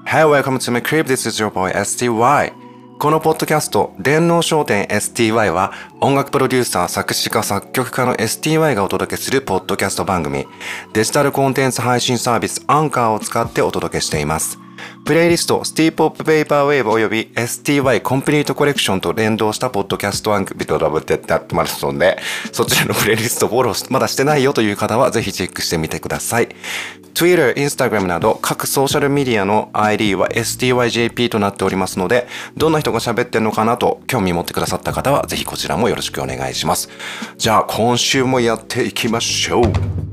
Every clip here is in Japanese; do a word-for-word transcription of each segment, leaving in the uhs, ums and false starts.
Hey, welcome to my crib. This is your boy エスティーワイ。このポッドキャスト、電脳商店 エスティーワイ は音楽プロデューサー、作詞家、作曲家の エスティーワイ がお届けするポッドキャスト番組、デジタルコンテンツ配信サービスアンカーを使ってお届けしています。プレイリスト、シティポップペーパーウェーブおよび エスティーワイ コンプリートコレクションと連動したポッドキャスト番組とラブってやってますので、そちらのプレイリストフォローまだしてないよという方はぜひチェックしてみてください。Twitter、Instagram など各ソーシャルメディアの アイディー は エスティーワイジェーピー となっておりますので、どんな人が喋ってるのかなと興味持ってくださった方はぜひこちらもよろしくお願いします。じゃあ今週もやっていきましょう。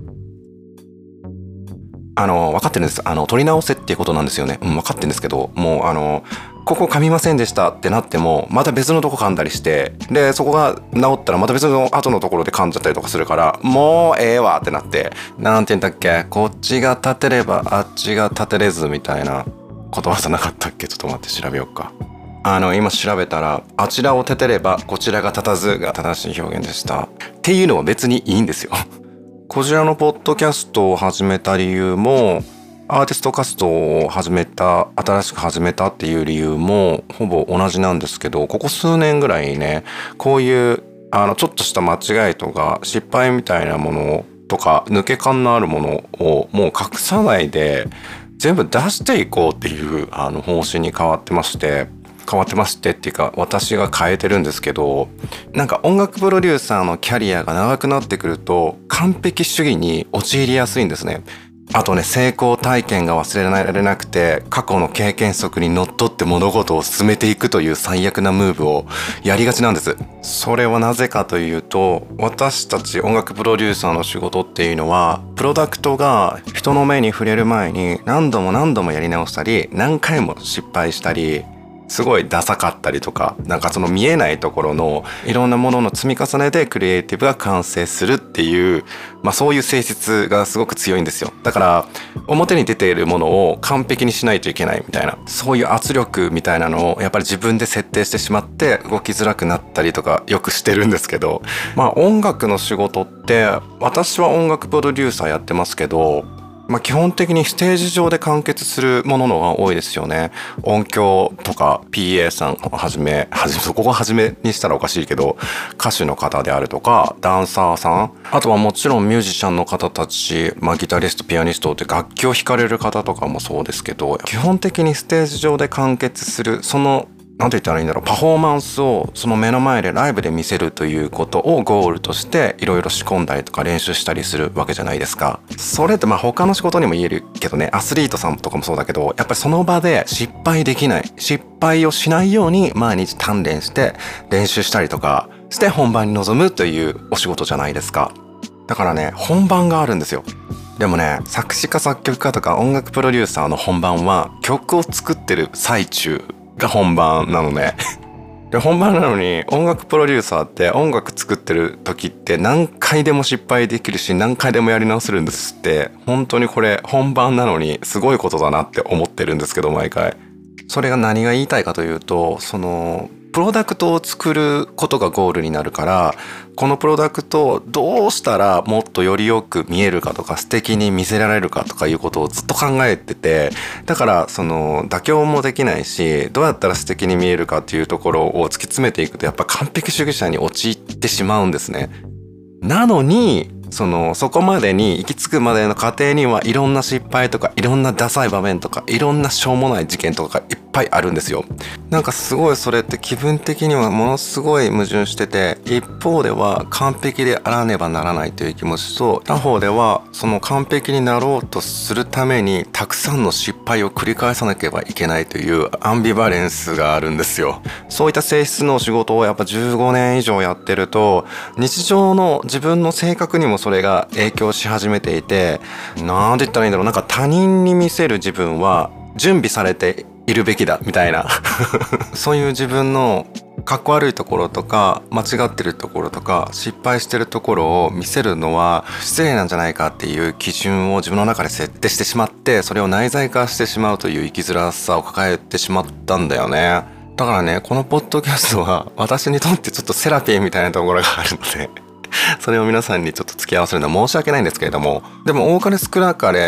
あの、分かってるんです。あの、撮り直せっていうことなんですよね。うん、分かってるんですけど、もうあの、ここ噛みませんでしたってなっても、また別のとこ噛んだりして、で、そこが治ったらまた別の後のところで噛んじゃったりとかするから、もうええわってなって、なんて言うんだっけ、こっちが立てればあっちが立てれずみたいなことわざなかったっけ。ちょっと待って調べようか。あの、今調べたら、あちらを立てればこちらが立たずが正しい表現でした。っていうのは別にいいんですよ。こちらのポッドキャストを始めた理由も、アーティスト活動を始めた、新しく始めたっていう理由もほぼ同じなんですけど、ここ数年ぐらいね、こういうあのちょっとした間違いとか失敗みたいなものとか抜け感のあるものをもう隠さないで全部出していこうっていうあの方針に変わってまして、変わってましてっていうか私が変えてるんですけど、なんか音楽プロデューサーのキャリアが長くなってくると完璧主義に陥りやすいんですね。あとね、成功体験が忘れられなくて過去の経験則にのっとって物事を進めていくという最悪なムーブをやりがちなんです。それはなぜかというと、私たち音楽プロデューサーの仕事っていうのはプロダクトが人の目に触れる前に何度も何度もやり直したり何回も失敗したりすごいダサかったりとか、なんかその見えないところのいろんなものの積み重ねでクリエイティブが完成するっていう、まあそういう性質がすごく強いんですよ。だから表に出ているものを完璧にしないといけないみたいな、そういう圧力みたいなのをやっぱり自分で設定してしまって動きづらくなったりとかよくしてるんですけど、まあ音楽の仕事って私は音楽プロデューサーやってますけど、まあ、基本的にステージ上で完結するもののが多いですよね。音響とか ピーエー さんをはじめ、はじめ、そこがはじめにしたらおかしいけど、歌手の方であるとか、ダンサーさん、あとはもちろんミュージシャンの方たち、まあ、ギタリスト、ピアニストって楽器を弾かれる方とかもそうですけど、基本的にステージ上で完結する、そのなんて言ったらいいんだろう、パフォーマンスをその目の前でライブで見せるということをゴールとしていろいろ仕込んだりとか練習したりするわけじゃないですか。それってまあ他の仕事にも言えるけどね、アスリートさんとかもそうだけど、やっぱりその場で失敗できない、失敗をしないように毎日鍛錬して練習したりとかして本番に臨むというお仕事じゃないですか。だからね、本番があるんですよ。でもね、作詞家作曲家とか音楽プロデューサーの本番は曲を作ってる最中が本番なのね。で、本番なのに音楽プロデューサーって音楽作ってる時って何回でも失敗できるし何回でもやり直せるんですって、本当にこれ本番なのにすごいことだなって思ってるんですけど、毎回。それが何が言いたいかというと、そのプロダクトを作ることがゴールになるから、このプロダクトをどうしたらもっとよりよく見えるかとか素敵に見せられるかとかいうことをずっと考えてて、だからその妥協もできないし、どうやったら素敵に見えるかっていうところを突き詰めていくとやっぱ完璧主義者に陥ってしまうんですね。なのにそのそこまでに行き着くまでの過程にはいろんな失敗とかいろんなダサい場面とかいろんなしょうもない事件とかがいっぱいあるんですよ。なんかすごいそれって気分的にはものすごい矛盾してて、一方では完璧であらねばならないという気持ちと、他方ではその完璧になろうとするためにたくさんの失敗を繰り返さなければいけないというアンビバレンスがあるんですよ。そういった性質の仕事をやっぱじゅうごねん以上やってると、日常の自分の性格にもそれが影響し始めていて、なんて言ったらいいんだろう、なんか他人に見せる自分は準備されているべきだみたいなそういう自分のかっこ悪いところとか間違ってるところとか失敗してるところを見せるのは失礼なんじゃないかっていう基準を自分の中で設定してしまって、それを内在化してしまうという生きづらさを抱えてしまったんだよね。だからね、このポッドキャストは私にとってちょっとセラピーみたいなところがあるのでそれを皆さんにちょっと付き合わせるのは申し訳ないんですけれども、でも多かれ少なかれ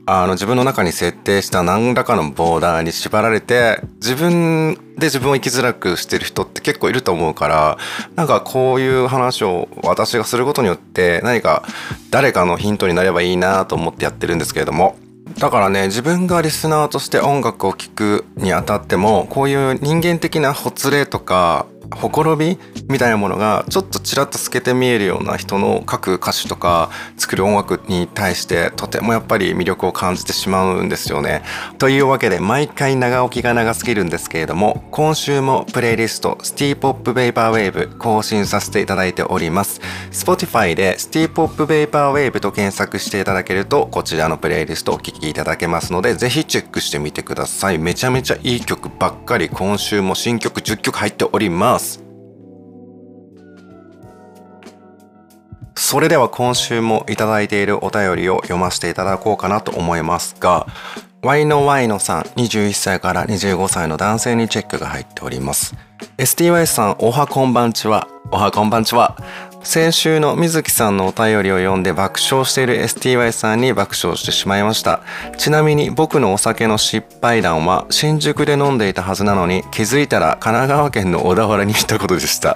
あの自分の中に設定した何らかのボーダーに縛られて自分で自分を生きづらくしてる人って結構いると思うから、なんかこういう話を私がすることによって何か誰かのヒントになればいいなと思ってやってるんですけれども、だからね、自分がリスナーとして音楽を聴くにあたってもこういう人間的なほつれとかほころびみたいなものがちょっとちらっと透けて見えるような人の書く歌詞とか作る音楽に対してとてもやっぱり魅力を感じてしまうんですよね。というわけで毎回長置きが長すぎるんですけれども、今週もプレイリストシティポップベイパーウェーブ更新させていただいております。 Spotify でシティポップベイパーウェーブと検索していただけるとこちらのプレイリストをお聴きいただけますので、ぜひチェックしてみてください。めちゃめちゃいい曲ばっかり、今週も新曲じゅっきょく入っております。それでは今週もいただいているお便りを読ませていただこうかなと思いますが、ワイのワイのさん、にじゅういっさいからにじゅうごさいの男性にチェックが入っております。 エスティーワイ さん、おはこんばんちは。おはこんばんちは。先週の水木さんのお便りを読んで爆笑している エスティーワイ さんに爆笑してしまいました。ちなみに僕のお酒の失敗談は新宿で飲んでいたはずなのに気づいたら神奈川県の小田原にいたことでした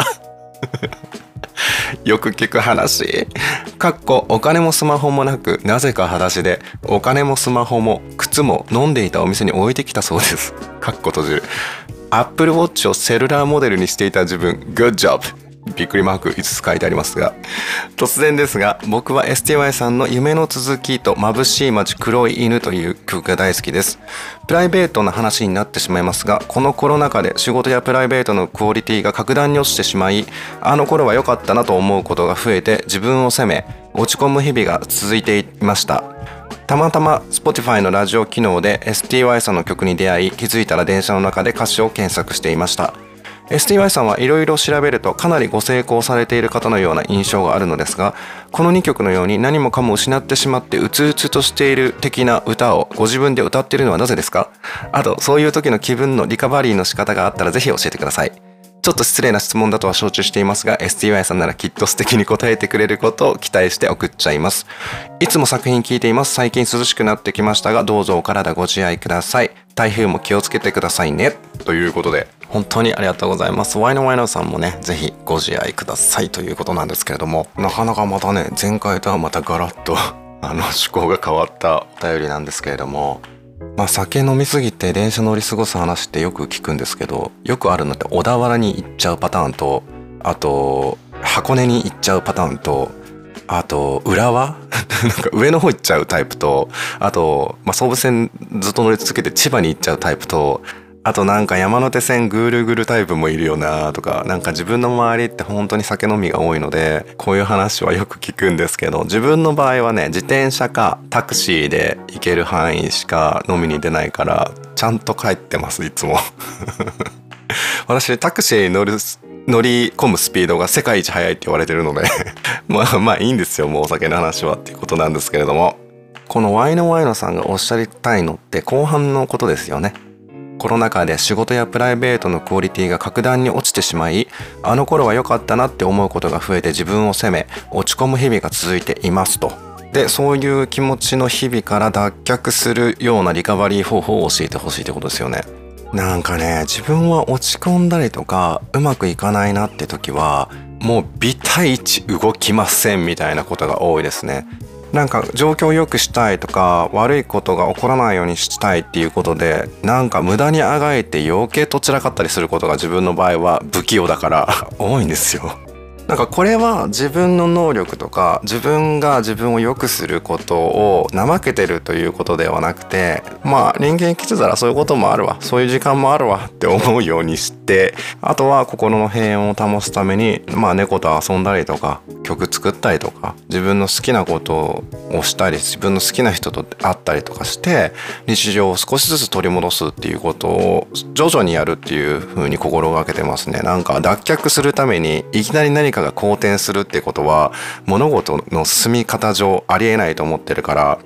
よく聞く話。かっこお金もスマホもなくなぜか裸足でお金もスマホも靴も飲んでいたお店に置いてきたそうです。かっこ閉じる。アップルウォッチをセルラーモデルにしていた自分 Good job。びっくりマークいつつ書いてありますが、突然ですが僕は エスティーワイ さんの夢の続きと眩しい街黒い犬という曲が大好きです。プライベートな話になってしまいますが、このコロナ禍で仕事やプライベートのクオリティが格段に落ちてしまい、あの頃は良かったなと思うことが増えて自分を責め落ち込む日々が続いていました。たまたま Spotify のラジオ機能で エスティーワイ さんの曲に出会い、気づいたら電車の中で歌詞を検索していました。エスティーワイ さんはいろいろ調べるとかなりご成功されている方のような印象があるのですが、このにきょくのように何もかも失ってしまってうつうつとしている的な歌をご自分で歌っているのはなぜですか？あとそういう時の気分のリカバリーの仕方があったらぜひ教えてください。ちょっと失礼な質問だとは承知していますが エスティーワイ さんならきっと素敵に答えてくれることを期待して送っちゃいます。いつも作品聞いています。最近涼しくなってきましたがどうぞお体ご自愛ください。台風も気をつけてくださいね、ということで本当にありがとうございます。ワイのワイのさんもね、ぜひご自愛くださいということなんですけれども、なかなかまたね、前回とはまたガラッとあの趣向が変わったお便りなんですけれども、まあ酒飲みすぎて電車乗り過ごす話ってよく聞くんですけど、よくあるのって小田原に行っちゃうパターンと、あと箱根に行っちゃうパターンと、あと浦和なんか上の方行っちゃうタイプと、あと、まあ、総武線ずっと乗り続けて千葉に行っちゃうタイプと、あとなんか山手線ぐるぐるタイプもいるよなとか、なんか自分の周りって本当に酒飲みが多いのでこういう話はよく聞くんですけど、自分の場合はね、自転車かタクシーで行ける範囲しか飲みに出ないからちゃんと帰ってます、いつも私タクシーに乗る乗り込むスピードが世界一速いって言われてるのでまあまあいいんですよ、もうお酒の話はっていうことなんですけれども、このワイのワイのさんがおっしゃりたいのって後半のことですよね。コロナ禍で仕事やプライベートのクオリティが格段に落ちてしまい、あの頃は良かったなって思うことが増えて自分を責め落ち込む日々が続いていますと。でそういう気持ちの日々から脱却するようなリカバリー方法を教えてほしいってことですよね。なんかね、自分は落ち込んだりとかうまくいかないなって時はもう微対値動きませんみたいなことが多いですね。なんか状況を良くしたいとか悪いことが起こらないようにしたいっていうことで、なんか無駄にあがいて余計とちらかったりすることが自分の場合は不器用だから多いんですよ。なんかこれは自分の能力とか自分が自分を良くすることを怠けてるということではなくて、まあ人間生きてたらそういうこともあるわ、そういう時間もあるわって思うようにして、あとは心の平穏を保つためにまあ猫と遊んだりとか曲作ったりとか自分の好きなことをしたり自分の好きな人と会ったりとかして日常を少しずつ取り戻すっていうことを徐々にやるっていう風に心がけてますね。なんか脱却するためにいきなり何かが好転するってことは物事の進み方上ありえないと思ってるから、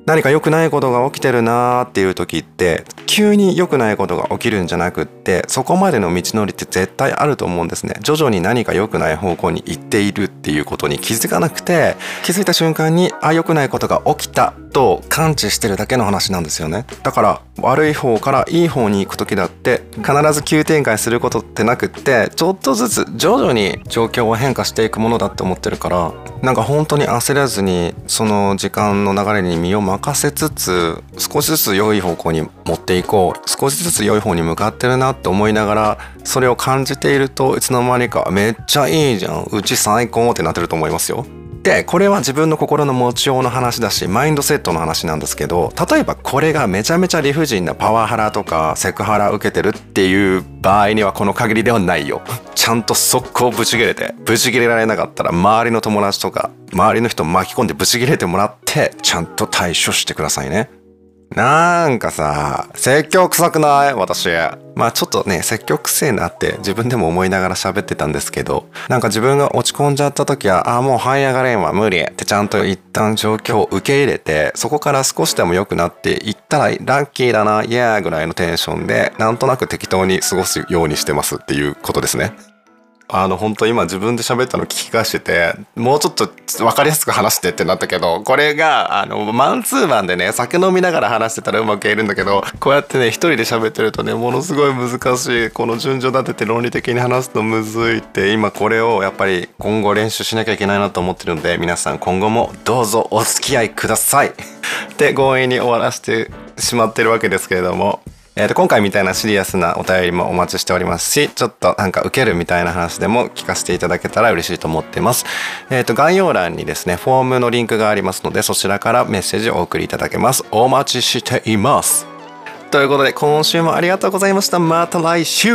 何か良くないことが起きてるなーっていう時って急に良くないことが起きるんじゃなくって、そこまでの道のりって絶対あると思うんですね。徐々に何か良くない方向に行っているっていうことに気づかなくて、気づいた瞬間にあ良くないことが起きたと感知してるだけの話なんですよね。だから悪い方からいい方に行く時だって必ず急展開することってなくって、ちょっとずつ徐々に状況を変化していくものだって思ってるから、なんか本当に焦らずにその時間の流れに身を任せつつ、少しずつ良い方向に持っていこう、少しずつ良い方に向かってるなって思いながらそれを感じていると、いつの間にかめっちゃいいじゃん、うち最高ってなってると思いますよ。でこれは自分の心の持ちようの話だし、マインドセットの話なんですけど、例えばこれがめちゃめちゃ理不尽なパワハラとかセクハラ受けてるっていう場合にはこの限りではないよ。ちゃんと速攻ブチ切れて、ブチ切れられなかったら周りの友達とか周りの人巻き込んでブチ切れてもらって、ちゃんと対処してくださいね。なんかさ、説教臭くない私。まあちょっとね、説教臭いなって自分でも思いながら喋ってたんですけど、なんか自分が落ち込んじゃった時は、ああもう這い上がれんわ無理ってちゃんと一旦状況を受け入れて、そこから少しでも良くなっていったらラッキーだな、イエーぐらいのテンションでなんとなく適当に過ごすようにしてますっていうことですね。あの本当今自分で喋ったの聞き返してて、もうちょっと分かりやすく話してってなったけど、これがあのマンツーマンでね、酒飲みながら話してたらうまく言えるんだけど、こうやってね一人で喋ってるとね、ものすごい難しい、この順序立てて論理的に話すとむずいって、今これをやっぱり今後練習しなきゃいけないなと思ってるので、皆さん今後もどうぞお付き合いくださいで強引に終わらせてしまってるわけですけれども、えー、と今回みたいなシリアスなお便りもお待ちしておりますし、ちょっとなんか受けるみたいな話でも聞かせていただけたら嬉しいと思ってます。えー、と概要欄にですねフォームのリンクがありますので、そちらからメッセージをお送りいただけます。お待ちしています。ということで今週もありがとうございました。また来週。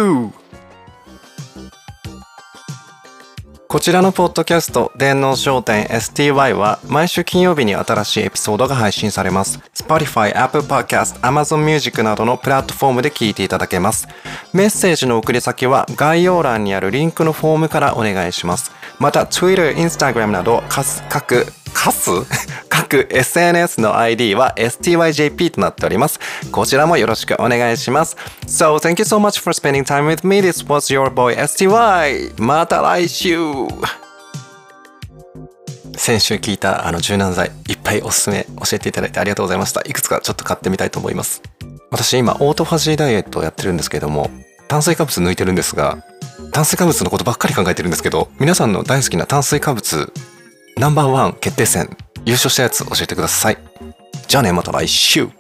こちらのポッドキャスト電脳商店 エスティーワイ は毎週金曜日に新しいエピソードが配信されます。 Spotify、Apple Podcast、Amazon Music などのプラットフォームで聞いていただけます。メッセージの送り先は概要欄にあるリンクのフォームからお願いします。また Twitter、Instagram など各各各 エスエヌエス の アイディー は エスティーワイジェーピー となっております。こちらもよろしくお願いします。So thank you so much for spending time with me. This was your boy エスティーワイ。また来週。先週聞いたあの柔軟剤いっぱいおすすめ教えていただいてありがとうございました。いくつかちょっと買ってみたいと思います。私今オートファジーダイエットをやってるんですけれども、炭水化物抜いてるんですが、炭水化物のことばっかり考えてるんですけど、皆さんの大好きな炭水化物ナンバーワン決定戦優勝したやつ教えてください。じゃあね、また来週。